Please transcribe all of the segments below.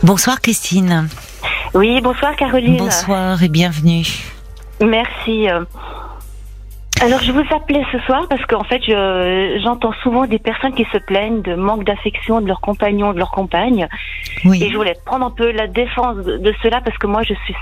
Bonsoir Christine. Oui, bonsoir Caroline. Bonsoir et bienvenue. Merci. Alors je vous appelais ce soir parce qu'en fait j'entends souvent des personnes qui se plaignent de manque d'affection de leurs compagnons, de leurs compagnes. Oui. Et je voulais prendre un peu la défense de cela parce que moi je suis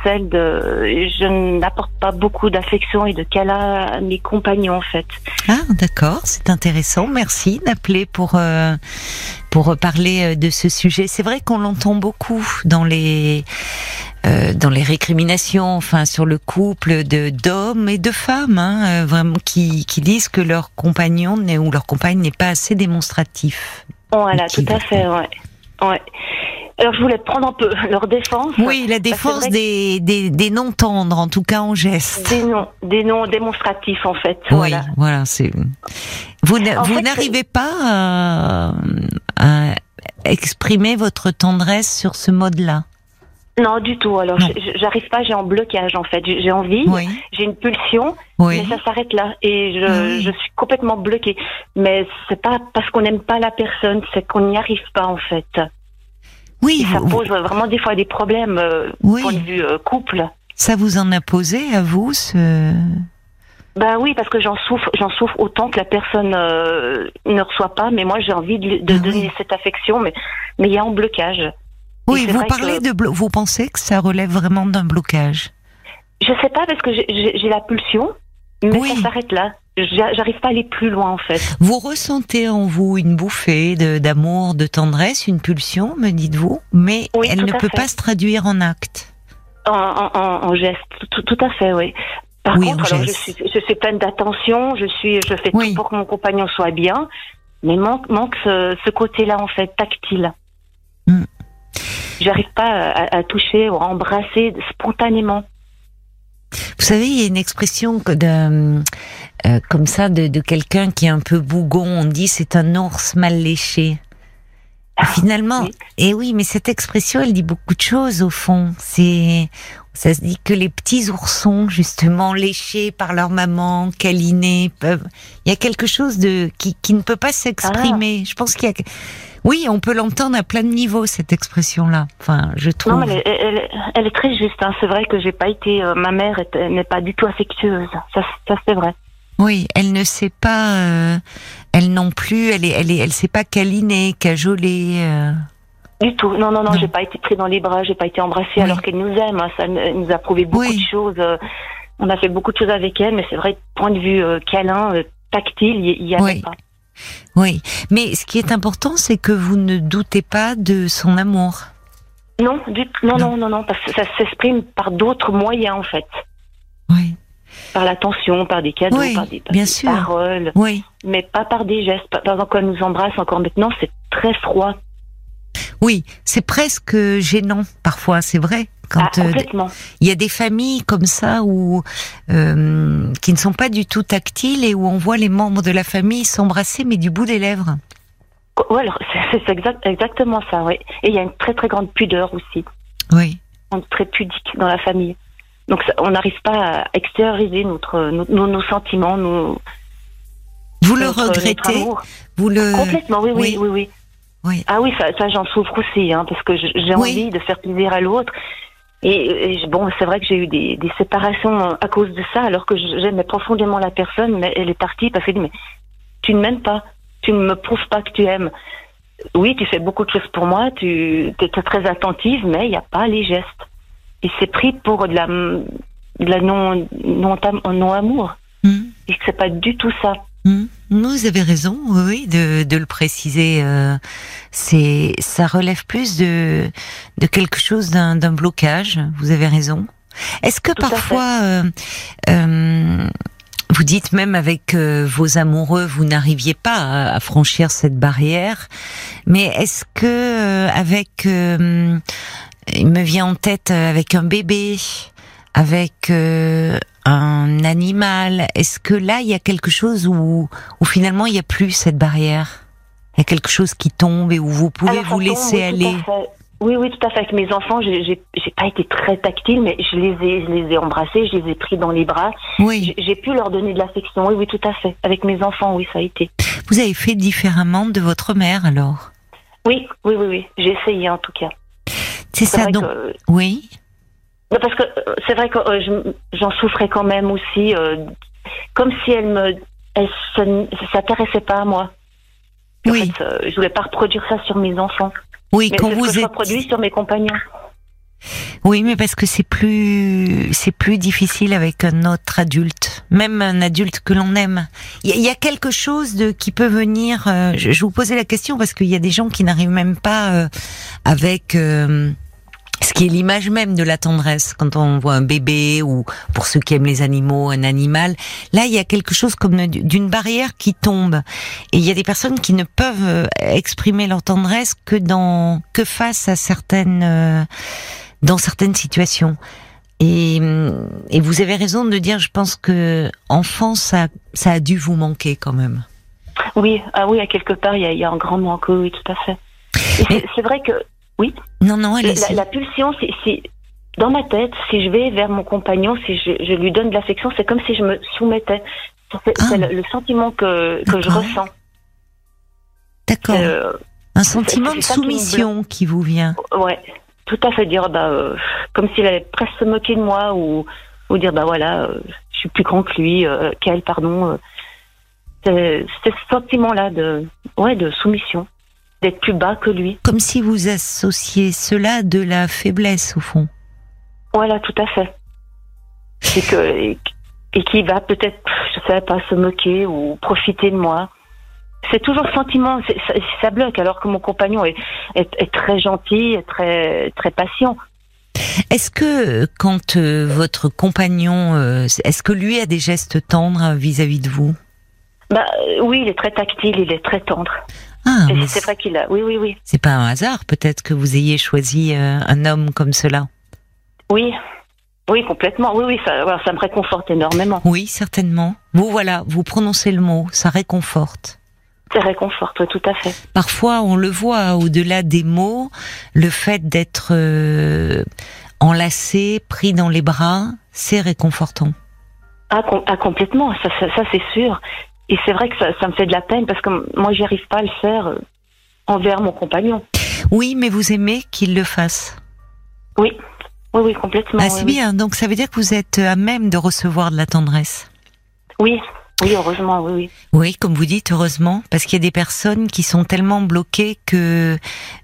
je n'apporte pas beaucoup d'affection et de câlins à mes compagnons en fait. Ah d'accord, c'est intéressant. Merci d'appeler pour parler de ce sujet. C'est vrai qu'on l'entend beaucoup dans les récriminations, enfin sur le couple d'hommes et de femmes, vraiment qui disent que leur compagnon ou leur compagne n'est pas assez démonstratif. Voilà, tout à fait, ouais. Alors je voulais prendre un peu leur défense. Oui, la défense des non tendres, en tout cas en geste. Des non démonstratifs en fait. Oui, voilà c'est. Vous n'arrivez pas à exprimer votre tendresse sur ce mode-là. Non, du tout. Alors, j'arrive pas, j'ai un blocage, en fait. J'ai envie, j'ai une pulsion, mais ça s'arrête là. Et je suis complètement bloquée. Mais c'est pas parce qu'on n'aime pas la personne, c'est qu'on n'y arrive pas, en fait. Oui. Et ça pose vraiment des fois des problèmes, point de vue couple. Ça vous en a posé, à vous, Bah oui, parce que j'en souffre autant que la personne ne reçoit pas. Mais moi, j'ai envie de donner cette affection, mais il y a un blocage. Oui, vous pensez que ça relève vraiment d'un blocage? Je sais pas, parce que j'ai la pulsion, mais ça s'arrête là. J'arrive pas à aller plus loin, en fait. Vous ressentez en vous une bouffée d'amour, de tendresse, une pulsion, me dites-vous, mais elle ne peut pas se traduire en acte. En geste, tout à fait, oui. Par contre, alors, je suis pleine d'attention, je fais tout pour que mon compagnon soit bien, mais manque ce côté-là, en fait, tactile. J'arrive pas à toucher ou à embrasser spontanément. Vous savez, il y a une expression comme ça de quelqu'un qui est un peu bougon. On dit c'est un ours mal léché. Finalement, mais cette expression, elle dit beaucoup de choses au fond. Ça se dit que les petits oursons, justement, léchés par leur maman, câlinés, il y a quelque chose qui ne peut pas s'exprimer. Je pense qu'il y a. Oui, on peut l'entendre à plein de niveaux, cette expression-là. Enfin, je trouve. Non, elle est très juste. C'est vrai que j'ai pas été. Ma mère n'est pas du tout affectueuse. Ça c'est vrai. Oui, elle ne sait pas. Elle non plus. Elle sait pas câliner, cajoler. Du tout. Non. J'ai pas été pris dans les bras. J'ai pas été embrassée alors qu'elle nous aime. Ça nous a prouvé beaucoup de choses. On a fait beaucoup de choses avec elle, mais c'est vrai, point de vue câlin, tactile, il y avait pas. Oui, mais ce qui est important, c'est que vous ne doutez pas de son amour. Non, parce que ça s'exprime par d'autres moyens, en fait. Oui. Par l'attention, par des cadeaux, par des paroles. Oui. Mais pas par des gestes. Par exemple, quand elle nous embrasse encore maintenant, c'est très froid. Oui, c'est presque gênant, parfois, c'est vrai. Complètement. Il y a des familles comme ça qui ne sont pas du tout tactiles et où on voit les membres de la famille s'embrasser mais du bout des lèvres. Oui, alors c'est exactement ça, oui. Et il y a une très très grande pudeur aussi. Oui. On est très pudique dans la famille. Donc on n'arrive pas à extérioriser nos sentiments, Vous le regrettez? Complètement, oui. Oui. Ah oui, ça j'en souffre aussi, parce que j'ai envie de faire plaisir à l'autre. Et c'est vrai que j'ai eu des séparations à cause de ça, alors que j'aimais profondément la personne, mais elle est partie parce qu'elle dit, mais tu ne m'aimes pas, tu ne me prouves pas que tu aimes. Oui, tu fais beaucoup de choses pour moi, tu es très attentive, mais il n'y a pas les gestes. Et c'est pris pour de la non-amour. Et que c'est pas du tout ça. Vous avez raison, oui, de le préciser. Ça relève plus de quelque chose d'un blocage. Vous avez raison. Est-ce que parfois, vous dites même avec vos amoureux, vous n'arriviez pas à franchir cette barrière, mais est-ce que il me vient en tête avec un bébé, avec un animal, est-ce que là il y a quelque chose où finalement il n'y a plus cette barrière? Il y a quelque chose qui tombe et où vous pouvez vous laisser aller? Oui, tout à fait. Avec mes enfants, j'ai pas été très tactile, mais je les ai embrassés, je les ai pris dans les bras. Oui. J'ai pu leur donner de l'affection. Oui, tout à fait. Avec mes enfants, oui, ça a été. Vous avez fait différemment de votre mère alors? Oui. J'ai essayé en tout cas. C'est ça, donc. Oui. Non, parce que c'est vrai que j'en souffrais quand même aussi, comme si elle s'intéressait pas à moi. Oui. En fait, je voulais pas reproduire ça sur mes enfants. Oui, mais quand c'est vous ce que je êtes. reproduis sur mes compagnons. Oui, mais parce que c'est plus difficile avec un autre adulte, même un adulte que l'on aime. Il y a quelque chose qui peut venir. Je vous posais la question parce qu'il y a des gens qui n'arrivent même pas avec ce qui est l'image même de la tendresse. Quand on voit un bébé ou pour ceux qui aiment les animaux, un animal, là il y a quelque chose comme d'une barrière qui tombe. Et il y a des personnes qui ne peuvent exprimer leur tendresse que face à dans certaines situations. Et vous avez raison de dire, je pense que enfant, ça a dû vous manquer quand même. Oui, oui, à quelque part, il y a un grand manque, oui, tout à fait. Et c'est vrai que, oui. Non, allez-y. La pulsion, c'est dans ma tête, si je vais vers mon compagnon, si je lui donne de l'affection, c'est comme si je me soumettais. C'est le sentiment que je ressens. D'accord. Un sentiment de soumission qui vous vient. Ouais. Tout à fait, dire comme s'il allait presque se moquer de moi ou dire voilà, je suis plus grand que lui, qu'elle, pardon. C'est ce sentiment-là de soumission, d'être plus bas que lui. Comme si vous associez cela de la faiblesse au fond. Voilà, tout à fait. Et qui va peut-être, je sais pas, se moquer ou profiter de moi. C'est toujours sentiment, ça bloque, alors que mon compagnon est très gentil, très, très patient. Est-ce que quand votre compagnon, est-ce que lui a des gestes tendres vis-à-vis de vous ? Oui, il est très tactile, il est très tendre. Ah, et c'est vrai qu'il a, oui. C'est pas un hasard peut-être que vous ayez choisi un homme comme cela. Oui, complètement. Oui, ça me réconforte énormément. Oui, certainement. Vous prononcez le mot, ça réconforte. Ça réconforte, oui, tout à fait. Parfois, on le voit, au-delà des mots, le fait d'être enlacé, pris dans les bras, c'est réconfortant. Complètement, ça c'est sûr. Et c'est vrai que ça me fait de la peine parce que moi, j'y arrive pas à le faire envers mon compagnon. Oui, mais vous aimez qu'il le fasse. Oui, complètement. Ah, c'est bien, donc ça veut dire que vous êtes à même de recevoir de la tendresse. Oui, heureusement, oui. Oui, comme vous dites, heureusement, parce qu'il y a des personnes qui sont tellement bloquées que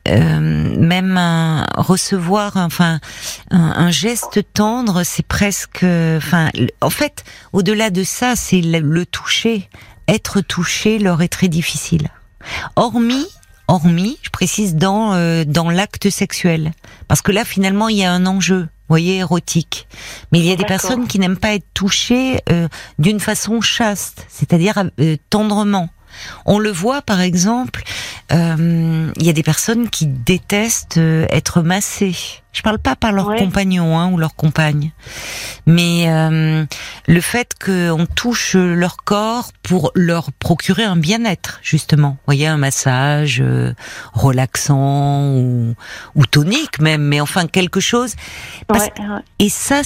même recevoir, un geste tendre, c'est presque, en fait, au-delà de ça, c'est le toucher. Être touché leur est très difficile. Hormis, je précise, dans l'acte sexuel, parce que là, finalement, il y a un enjeu. Voyez, érotique. Mais il y a des personnes qui n'aiment pas être touchées d'une façon chaste, c'est-à-dire tendrement. On le voit, par exemple, il y a des personnes qui détestent être massées. Je parle pas par leur compagnon ou leur compagne, mais le fait qu'on touche leur corps pour leur procurer un bien-être, justement. Vous voyez, un massage relaxant ou tonique même, mais enfin quelque chose. Et ça,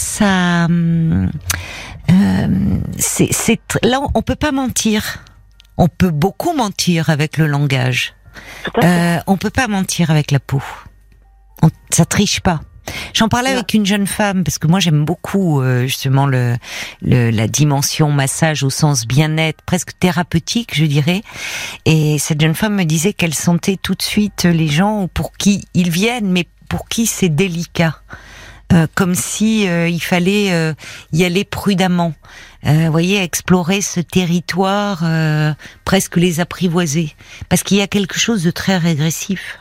là, on peut pas mentir. On peut beaucoup mentir avec le langage. On peut pas mentir avec la peau. Ça triche pas. J'en parlais avec une jeune femme parce que moi j'aime beaucoup justement la dimension massage au sens bien-être, presque thérapeutique, je dirais. Et cette jeune femme me disait qu'elle sentait tout de suite les gens pour qui ils viennent, mais pour qui c'est délicat. Comme si il fallait y aller prudemment. Voyez, explorer ce territoire, presque les apprivoiser, parce qu'il y a quelque chose de très régressif.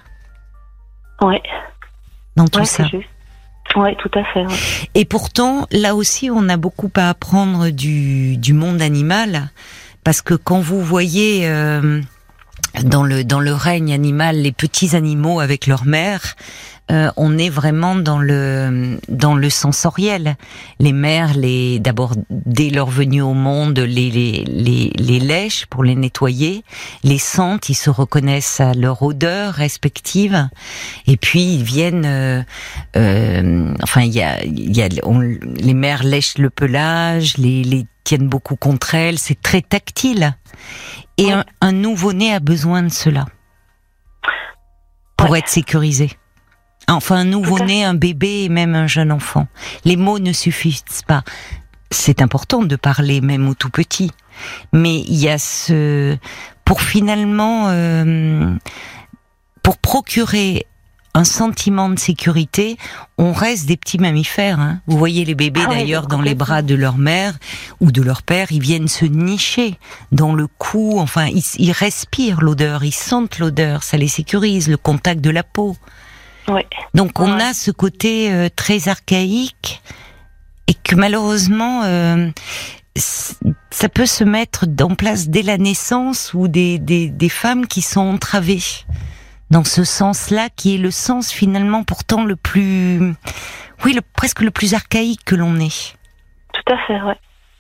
Dans tout ça. Oui, tout à fait. Ouais. Et pourtant, là aussi, on a beaucoup à apprendre du monde animal, parce que quand vous voyez dans le règne animal les petits animaux avec leur mère, on est vraiment dans le sensoriel. Les mères, d'abord dès leur venue au monde, les lèchent pour les nettoyer, les sentent, ils se reconnaissent à leur odeur respective, et puis ils viennent. Les mères lèchent le pelage, les tiennent beaucoup contre elles. C'est très tactile. Et un nouveau-né a besoin de cela pour être sécurisé. Enfin, un nouveau-né, un bébé et même un jeune enfant. Les mots ne suffisent pas. C'est important de parler, même aux tout petits. Mais il y a pour finalement, pour procurer un sentiment de sécurité, on reste des petits mammifères. Hein. Vous voyez les bébés d'ailleurs dans les bras de leur mère ou de leur père, ils viennent se nicher dans le cou. Enfin, ils respirent l'odeur, ils sentent l'odeur, ça les sécurise, le contact de la peau. Ouais. Donc on a ce côté très archaïque et que malheureusement ça peut se mettre en place dès la naissance ou des femmes qui sont entravées dans ce sens-là, qui est le sens finalement pourtant le plus, presque le plus archaïque que l'on ait. Tout à fait, ouais.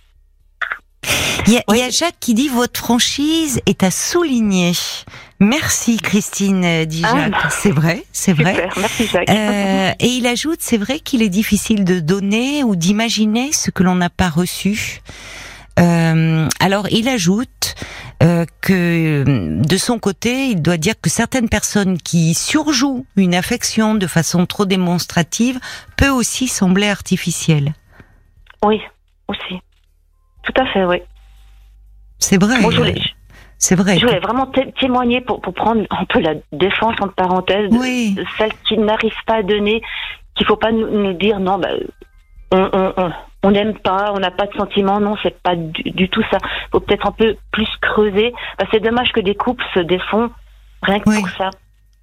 Il y a Jacques qui dit votre franchise est à souligner. Merci Christine, dit Jacques. C'est vrai, c'est vrai. Super, merci Jacques. Et il ajoute, c'est vrai qu'il est difficile de donner ou d'imaginer ce que l'on n'a pas reçu. Alors il ajoute que de son côté, il doit dire que certaines personnes qui surjouent une affection de façon trop démonstrative peut aussi sembler artificielle. Oui, aussi. Tout à fait, oui. C'est vrai. Moi, c'est vrai. Je voulais vraiment témoigner pour prendre un peu la défense entre parenthèses de celles qui n'arrivent pas à donner, qu'il faut pas nous dire non, on n'aime pas, on n'a pas de sentiments. Non, c'est pas du tout ça. Faut peut-être un peu plus creuser. C'est dommage que des couples se défont rien que pour ça.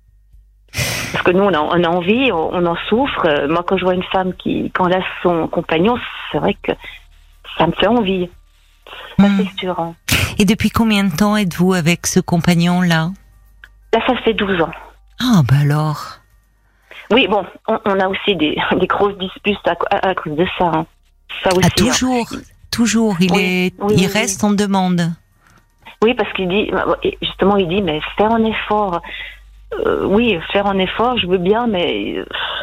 Parce que nous, on a envie, on en souffre. Moi, quand je vois une femme quand elle a son compagnon, c'est vrai que ça me fait envie. Ça, c'est sûr. Hein. Et depuis combien de temps êtes-vous avec ce compagnon-là ? Là, ça fait 12 ans. Ah, alors. Oui, bon, on a aussi des grosses disputes à cause de ça. Hein. Ça aussi. Toujours. Il reste en demande. Oui, parce qu'il dit, mais faire un effort. Faire un effort, je veux bien, mais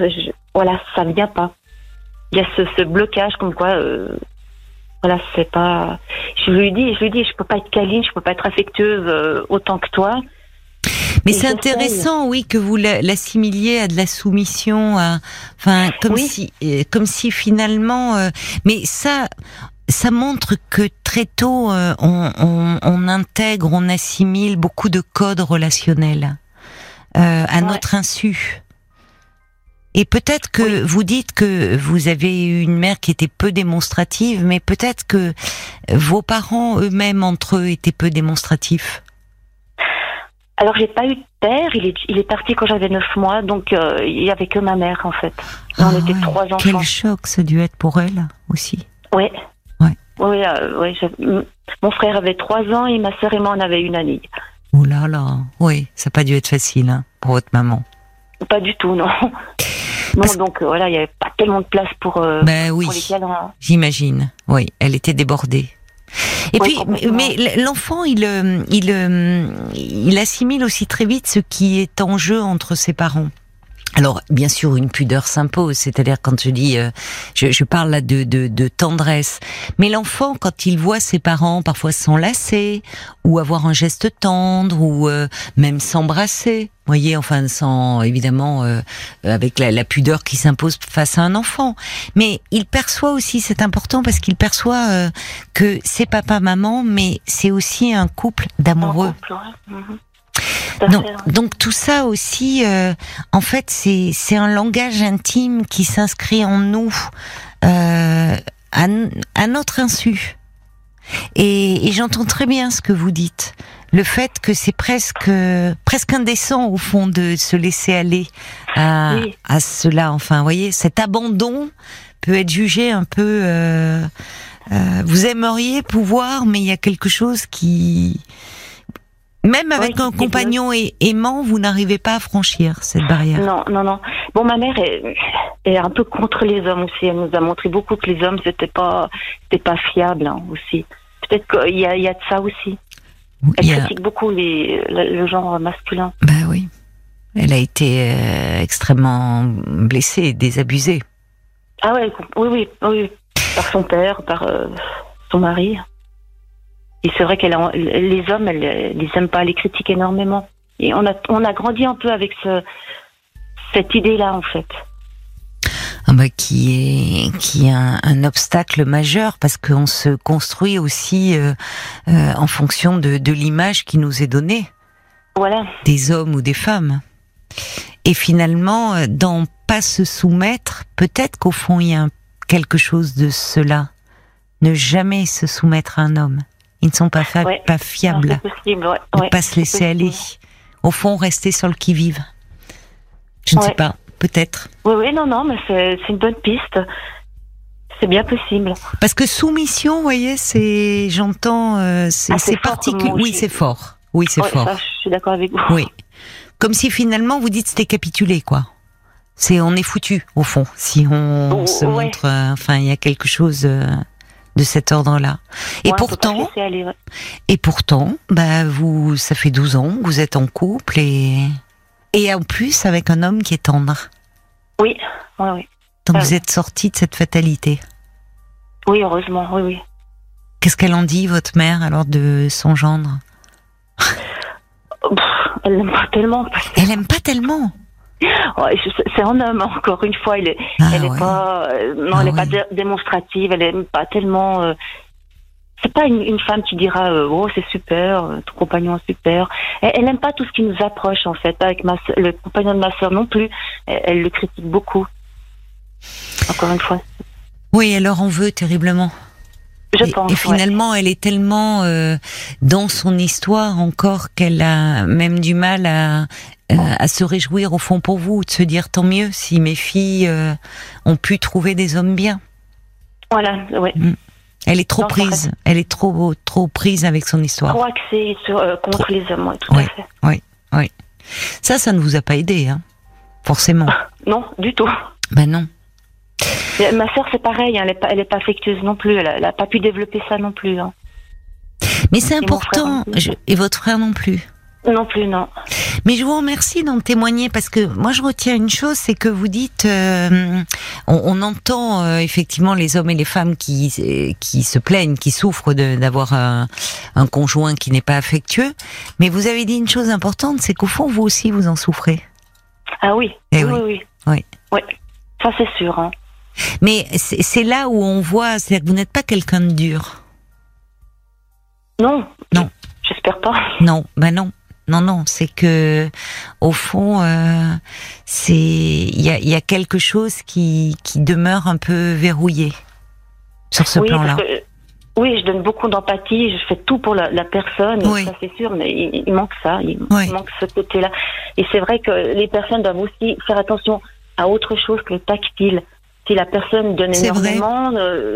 ça ne vient pas. Il y a ce blocage comme quoi. C'est pas. Je lui dis, je peux pas être câline, je peux pas être affectueuse autant que toi. Mais c'est intéressant, que vous l'assimiliez à de la soumission, comme si finalement. Mais ça montre que très tôt on intègre, on assimile beaucoup de codes relationnels à notre insu. Et peut-être que vous dites que vous avez eu une mère qui était peu démonstrative, mais peut-être que vos parents eux-mêmes entre eux étaient peu démonstratifs. Alors j'ai pas eu de père, il est parti quand j'avais 9 mois, donc il y avait que ma mère en fait. Et on était 3 enfants. Quel choc ça a dû être pour elle aussi. Oui. Mon frère avait 3 ans et ma sœur et moi on avait 1 année. Oh là là, ça n'a pas dû être facile pour votre maman. Pas du tout, non. Donc il n'y avait pas tellement de place pour lesquels. J'imagine. Oui, elle était débordée. Et puis, mais l'enfant, il assimile aussi très vite ce qui est en jeu entre ses parents. Alors, bien sûr, une pudeur s'impose, c'est-à-dire quand je dis, je parle là de tendresse. Mais l'enfant, quand il voit ses parents parfois s'enlacer, ou avoir un geste tendre, ou même s'embrasser, voyez, sans évidemment avec la pudeur qui s'impose face à un enfant. Mais il perçoit aussi, c'est important parce qu'il perçoit que c'est papa-maman, mais c'est aussi un couple d'amoureux. Donc tout ça aussi, en fait, c'est un langage intime qui s'inscrit en nous à notre insu. Et j'entends très bien ce que vous dites. Le fait que c'est presque indécent au fond de se laisser aller à cela. Enfin, vous voyez, cet abandon peut être jugé un peu. Vous aimeriez pouvoir, mais il y a quelque chose qui. Même avec un compagnon aimant, vous n'arrivez pas à franchir cette barrière. Non. Bon, ma mère est un peu contre les hommes aussi. Elle nous a montré beaucoup que les hommes, c'était pas fiable aussi. Peut-être qu'il y a de ça aussi. Elle critique beaucoup le genre masculin. Oui. Elle a été extrêmement blessée, désabusée. Ah oui. Par son père, par son mari. Et c'est vrai les hommes, elle les aime pas, elle les critique énormément. Et on a grandi un peu avec cette idée-là, en fait. Ah bah, qui est un obstacle majeur, parce qu'on se construit aussi en fonction de l'image qui nous est donnée. Voilà. Des hommes ou des femmes. Et finalement, dans pas se soumettre, peut-être qu'au fond il y a quelque chose de cela. Ne jamais se soumettre à un homme. Ils ne sont pas pas fiables. Non, c'est possible, ouais. Ne pas se laisser aller. Au fond, rester sur le qui-vive. Je ne sais pas, peut-être. Oui, non, mais c'est une bonne piste. C'est bien possible. Parce que soumission, vous voyez, j'entends, c'est particulier. Oui, c'est fort. Oui, c'est fort. Ça, je suis d'accord avec vous. Oui. Comme si finalement vous dites c'était capitulé, quoi. On est foutu, au fond, si on se montre. Enfin, il y a quelque chose de cet ordre-là. Et pourtant, bah ça fait 12 ans que vous êtes en couple et en plus avec un homme qui est tendre. Oui. Donc vous êtes sortie de cette fatalité. Oui, heureusement, oui. Qu'est-ce qu'elle en dit, votre mère, alors, de son gendre? Elle l'aime pas tellement. Elle aime pas tellement. C'est un homme, encore une fois. Elle est pas, elle est pas démonstrative. Elle aime pas tellement. C'est pas une femme qui dira oh c'est super, ton compagnon est super. Elle aime pas tout ce qui nous approche, en fait. Avec le compagnon de ma sœur non plus. Elle le critique beaucoup. Encore une fois. Oui, elle leur en veut terriblement. Je pense. Et finalement, elle est tellement dans son histoire encore qu'elle a même du mal à se réjouir au fond pour vous, de se dire tant mieux si mes filles ont pu trouver des hommes bien. Voilà, oui. Elle est trop prise. Elle est trop prise avec son histoire. Trop axée contre les hommes, tout à fait. Oui. Ça ne vous a pas aidé, hein, forcément. Non, du tout. Ben non. Ma sœur, c'est pareil, hein, elle est pas affectueuse non plus, elle a pas pu développer ça non plus. Hein. Mais c'est important, et votre frère non plus. Non plus, non. Mais je vous remercie d'en témoigner, parce que moi je retiens une chose, c'est que vous dites, on entend effectivement les hommes et les femmes qui se plaignent, qui souffrent d'avoir un conjoint qui n'est pas affectueux, mais vous avez dit une chose importante, c'est qu'au fond vous aussi vous en souffrez. Ah oui, oui. Ça c'est sûr. Hein. Mais c'est là où on voit, c'est-à-dire que vous n'êtes pas quelqu'un de dur. Non. J'espère pas. Non, non, c'est que au fond, il y a quelque chose qui demeure un peu verrouillé sur ce plan-là. Oui, je donne beaucoup d'empathie, je fais tout pour la personne, ça c'est sûr, mais il manque ça, il manque ce côté-là. Et c'est vrai que les personnes doivent aussi faire attention à autre chose que le tactile. Si la personne donne énormément,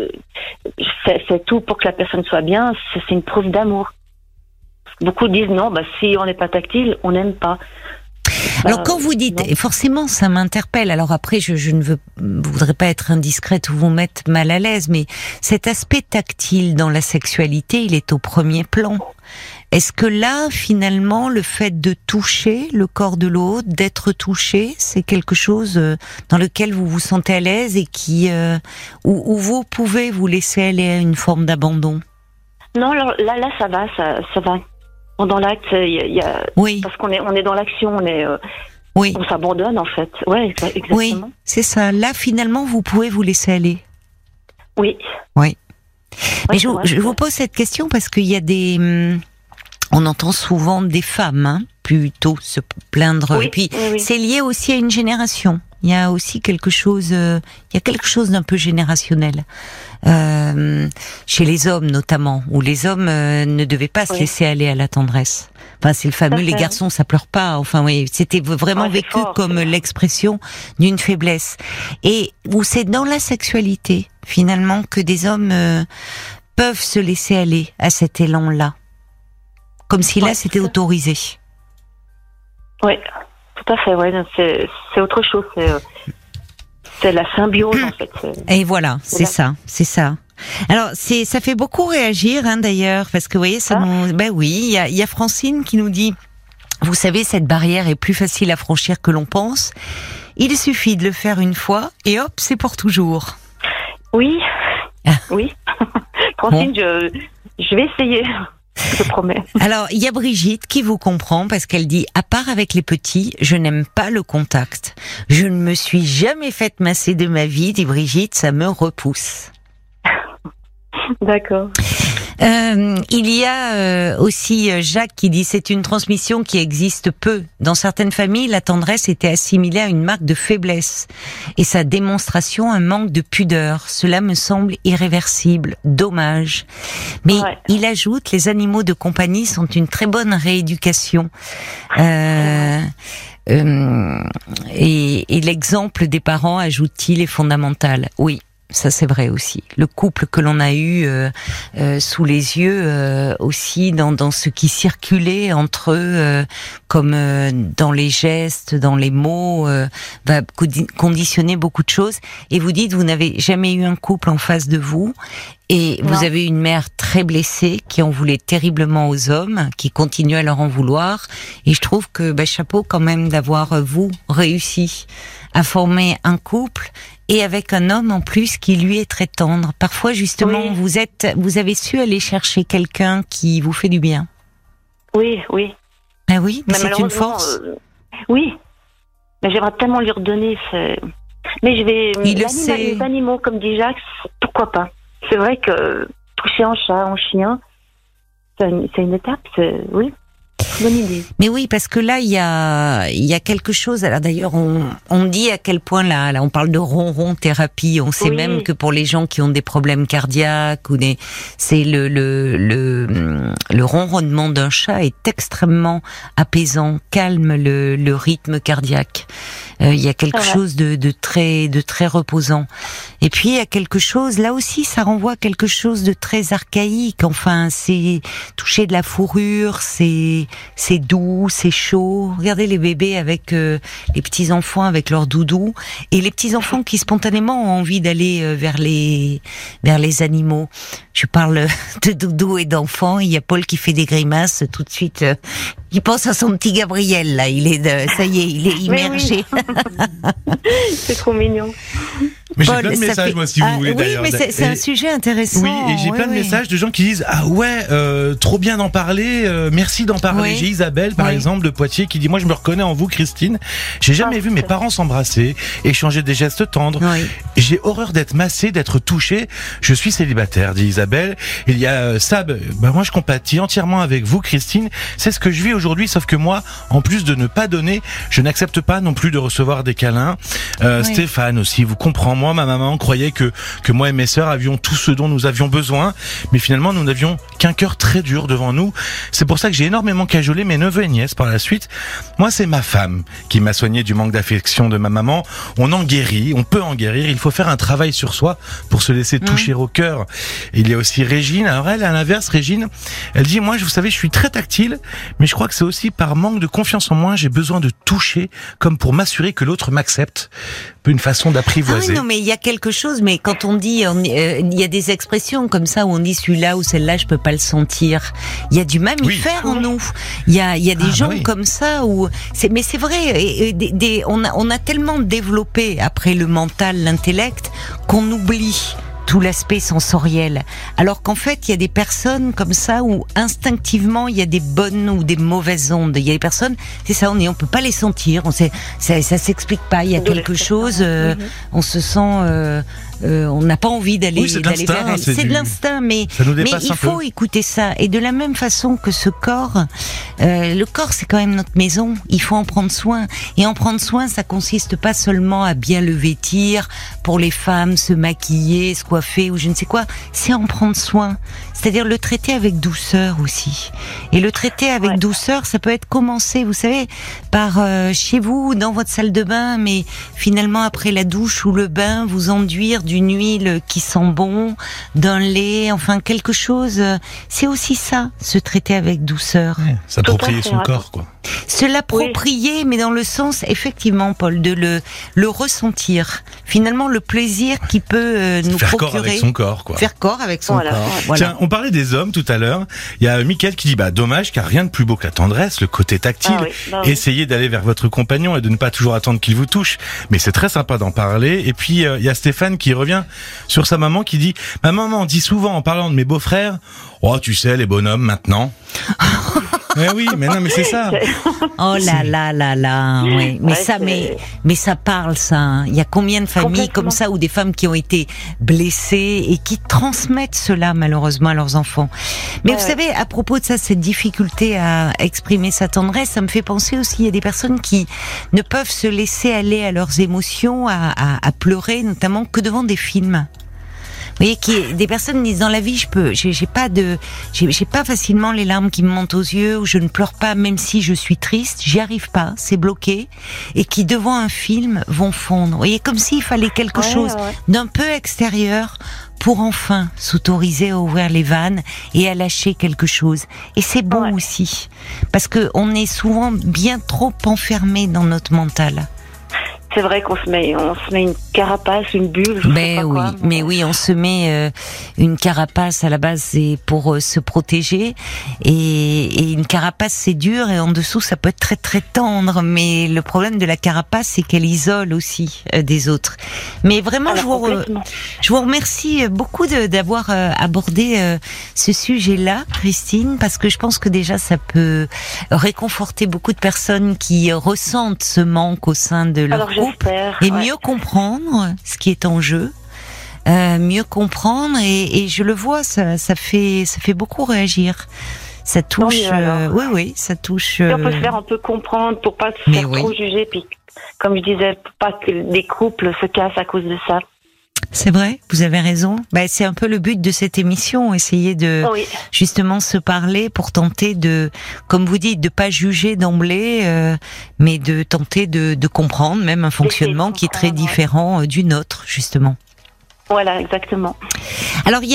fait tout pour que la personne soit bien, c'est une preuve d'amour. Beaucoup disent non, si on n'est pas tactile, on n'aime pas. Alors quand vous dites, et forcément ça m'interpelle, alors après je ne voudrais pas être indiscrète ou vous mettre mal à l'aise, mais cet aspect tactile dans la sexualité, il est au premier plan. Est-ce que là, finalement, le fait de toucher le corps de l'autre, d'être touché, c'est quelque chose dans lequel vous vous sentez à l'aise et où vous pouvez vous laisser aller à une forme d'abandon? Non, alors là, ça va. Pendant l'acte, parce qu'on est dans l'action, on s'abandonne en fait. Ouais, exactement. Oui, c'est ça. Là, finalement, vous pouvez vous laisser aller. Oui. Mais je vous pose cette question parce qu'il y a on entend souvent des femmes plutôt se plaindre. Oui, et puis c'est lié aussi à une génération. Il y a aussi quelque chose d'un peu générationnel chez les hommes notamment, où les hommes ne devaient pas se laisser aller à la tendresse. Enfin, c'est le fameux les garçons ça pleure pas. Enfin oui, c'était vraiment vécu comme l'expression d'une faiblesse. Et où c'est dans la sexualité finalement que des hommes peuvent se laisser aller à cet élan-là, comme si là c'était autorisé. Oui. Tout à fait, c'est autre chose, c'est la symbiose en fait. Et voilà, c'est ça. Alors ça fait beaucoup réagir d'ailleurs, parce que vous voyez, il y a Francine qui nous dit, vous savez, cette barrière est plus facile à franchir que l'on pense. Il suffit de le faire une fois et hop, c'est pour toujours. Oui. Francine, je vais essayer. Je promets. Alors, il y a Brigitte qui vous comprend parce qu'elle dit, à part avec les petits, je n'aime pas le contact. Je ne me suis jamais faite masser de ma vie, dit Brigitte, ça me repousse. D'accord. Il y a aussi Jacques qui dit, c'est une transmission qui existe peu. Dans certaines familles, la tendresse était assimilée à une marque de faiblesse et sa démonstration un manque de pudeur. Cela me semble irréversible, dommage. Mais il ajoute, les animaux de compagnie sont une très bonne rééducation. Et l'exemple des parents, ajoute-t-il, est fondamental. Oui. Ça c'est vrai aussi. Le couple que l'on a eu sous les yeux aussi dans ce qui circulait entre eux, comme dans les gestes, dans les mots, va conditionner beaucoup de choses. Et vous dites, vous n'avez jamais eu un couple en face de vous. Et vous avez une mère très blessée qui en voulait terriblement aux hommes, qui continue à leur en vouloir. Et je trouve que chapeau quand même d'avoir vous réussi à former un couple et avec un homme en plus qui lui est très tendre. Parfois justement vous avez su aller chercher quelqu'un qui vous fait du bien. Oui. Ah oui, mais c'est une force. Oui, mais j'aimerais tellement lui redonner. Mais je vais. Il le sait. Les animaux, comme dit Jacques, pourquoi pas. C'est vrai que toucher un chat, un chien, c'est une étape, oui. Bonne idée. Mais oui, parce que là, il y a quelque chose. Alors d'ailleurs, on dit à quel point là, on parle de ronron thérapie. On sait même que pour les gens qui ont des problèmes cardiaques c'est le ronronnement d'un chat est extrêmement apaisant, calme le rythme cardiaque. Il y a quelque chose de très reposant. Et puis il y a quelque chose, là aussi, ça renvoie à quelque chose de très archaïque. Enfin, c'est toucher de la fourrure, c'est doux, c'est chaud. Regardez les bébés avec les petits enfants avec leur doudou et les petits enfants qui spontanément ont envie d'aller vers les animaux. Je parle de doudou et d'enfants. Il y a Paul qui fait des grimaces tout de suite. Il pense à son petit Gabriel là. Ça y est, il est immergé. C'est trop mignon. Mais j'ai plein de messages, moi, si vous voulez, d'ailleurs. Oui, mais c'est un sujet intéressant. Oui, et j'ai plein de messages de gens qui disent, ah ouais, trop bien d'en parler, merci d'en parler. J'ai Isabelle, par exemple, de Poitiers, qui dit, moi, je me reconnais en vous, Christine. J'ai jamais vu mes parents s'embrasser, échanger des gestes tendres. J'ai horreur d'être massé, d'être touché. Je suis célibataire, dit Isabelle. Il y a Sab, moi, je compatis entièrement avec vous, Christine. C'est ce que je vis aujourd'hui, sauf que moi, en plus de ne pas donner, je n'accepte pas non plus de recevoir des câlins. Stéphane aussi, vous comprenez. Moi, ma maman croyait que moi et mes sœurs avions tout ce dont nous avions besoin, mais finalement nous n'avions qu'un cœur très dur devant nous. C'est pour ça que j'ai énormément cajolé mes neveux et nièces par la suite. Moi, c'est ma femme qui m'a soigné du manque d'affection de ma maman. On en guérit, on peut en guérir. Il faut faire un travail sur soi pour se laisser toucher au cœur. Et il y a aussi Régine. Alors elle, à l'inverse, Régine, elle dit, moi, vous savez, je suis très tactile, mais je crois que c'est aussi par manque de confiance en moi, j'ai besoin de toucher comme pour m'assurer que l'autre m'accepte. Une façon d'apprivoiser. Ah oui, non, mais il y a quelque chose, mais quand on dit, il y a des expressions comme ça où on dit celui-là ou celle-là, je peux pas le sentir. Il y a du mammifère en nous. Il y a des gens comme ça où mais c'est vrai, on a tellement développé après le mental, l'intellect, qu'on oublie tout l'aspect sensoriel. Alors qu'en fait, il y a des personnes comme ça où instinctivement il y a des bonnes ou des mauvaises ondes. Il y a des personnes, c'est ça, on peut pas les sentir. Ça s'explique pas. Il y a quelque chose. On se sent. On n'a pas envie d'aller vers elle. C'est de l'instinct, mais il faut écouter ça. Et de la même façon que ce corps, le corps c'est quand même notre maison. Il faut en prendre soin. Et en prendre soin, ça consiste pas seulement à bien le vêtir, pour les femmes se maquiller, se coiffer ou je ne sais quoi. C'est en prendre soin. C'est-à-dire le traiter avec douceur aussi. Et le traiter avec douceur, ça peut être commencé, vous savez, par chez vous, dans votre salle de bain, mais finalement après la douche ou le bain, vous enduire d'une huile qui sent bon, d'un lait, enfin quelque chose. C'est aussi ça, se traiter avec douceur. S'approprier son corps, quoi. Se l'approprier, mais dans le sens, effectivement, Paul, de le ressentir. Finalement, le plaisir qui peut nous faire procurer. Faire corps avec son corps, quoi. Faire corps avec son corps. Voilà. Tiens, on parlait des hommes tout à l'heure. Il y a Mickaël qui dit, dommage, car rien de plus beau que la tendresse, le côté tactile. Essayez d'aller vers votre compagnon et de ne pas toujours attendre qu'il vous touche. Mais c'est très sympa d'en parler. Et puis, il y a Stéphane qui revient sur sa maman qui dit, ma maman dit souvent en parlant de mes beaux-frères, oh, tu sais, les bonhommes maintenant. Mais oui, mais non, mais c'est ça. Oh là là là là, oui. Mais ça, mais ça parle, ça. Hein. Il y a combien de familles comme ça ou des femmes qui ont été blessées et qui transmettent cela malheureusement à leurs enfants. Mais vous savez, à propos de ça, cette difficulté à exprimer sa tendresse, ça me fait penser aussi, il y a des personnes qui ne peuvent se laisser aller à leurs émotions, à pleurer, notamment que devant des films. Vous voyez, des personnes disent dans la vie, j'ai pas facilement les larmes qui me montent aux yeux, ou je ne pleure pas même si je suis triste, j'y arrive pas, c'est bloqué, et qui devant un film vont fondre. Vous voyez, comme s'il fallait quelque chose d'un peu extérieur pour enfin s'autoriser à ouvrir les vannes et à lâcher quelque chose. Et c'est bon aussi, parce que on est souvent bien trop enfermé dans notre mental. C'est vrai qu'on se met une carapace, une bulle. Mais oui, on se met une carapace à la base, c'est pour se protéger, et une carapace c'est dur et en dessous ça peut être très très tendre. Mais le problème de la carapace, c'est qu'elle isole aussi des autres. Mais vraiment, je vous remercie beaucoup d'avoir abordé ce sujet-là, Christine, parce que je pense que déjà ça peut réconforter beaucoup de personnes qui ressentent ce manque au sein de leur couple. Et mieux comprendre ce qui est en jeu, mieux comprendre, et je le vois, ça fait beaucoup réagir. Ça touche, oui, ça touche. On peut se faire un peu comprendre pour pas se faire trop juger, puis comme je disais, pour pas que les couples se cassent à cause de ça. C'est vrai, vous avez raison. C'est un peu le but de cette émission, essayer de justement se parler pour tenter de, comme vous dites, de pas juger d'emblée, mais de tenter de comprendre même un fonctionnement qui est très différent du nôtre, justement. Voilà, exactement. Alors il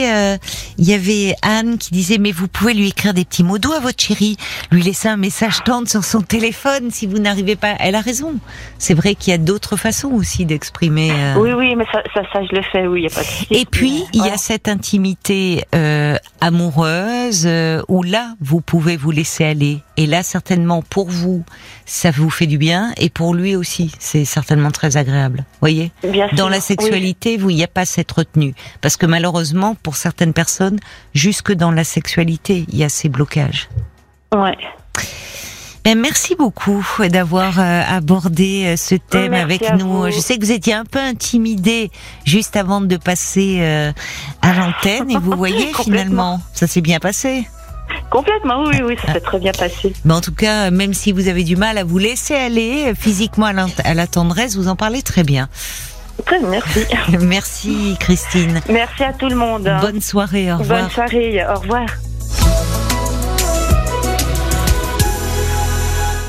y avait Anne qui disait, mais vous pouvez lui écrire des petits mots doux à votre chérie, lui laisser un message tendre sur son téléphone si vous n'arrivez pas. Elle a raison. C'est vrai qu'il y a d'autres façons aussi d'exprimer. Oui, mais ça je le fais. Oui, il y a pas de souci. Et puis il y a cette intimité amoureuse où là vous pouvez vous laisser aller. Et là certainement pour vous ça vous fait du bien, et pour lui aussi c'est certainement très agréable. Voyez. Bien sûr, dans la sexualité, il n'y a pas cette retenue, parce que malheureusement pour certaines personnes, jusque dans la sexualité, il y a ces blocages. Ouais. Merci beaucoup d'avoir abordé ce thème avec nous. Je sais que vous étiez un peu intimidée juste avant de passer à l'antenne, et vous voyez finalement, ça s'est bien passé. Complètement, oui, ça s'est très bien passé. Mais en tout cas, même si vous avez du mal à vous laisser aller physiquement à la tendresse, vous en parlez très bien. Très bien, merci. Merci Christine. Merci à tout le monde. Bonne soirée, au revoir. Bonne soirée, au revoir.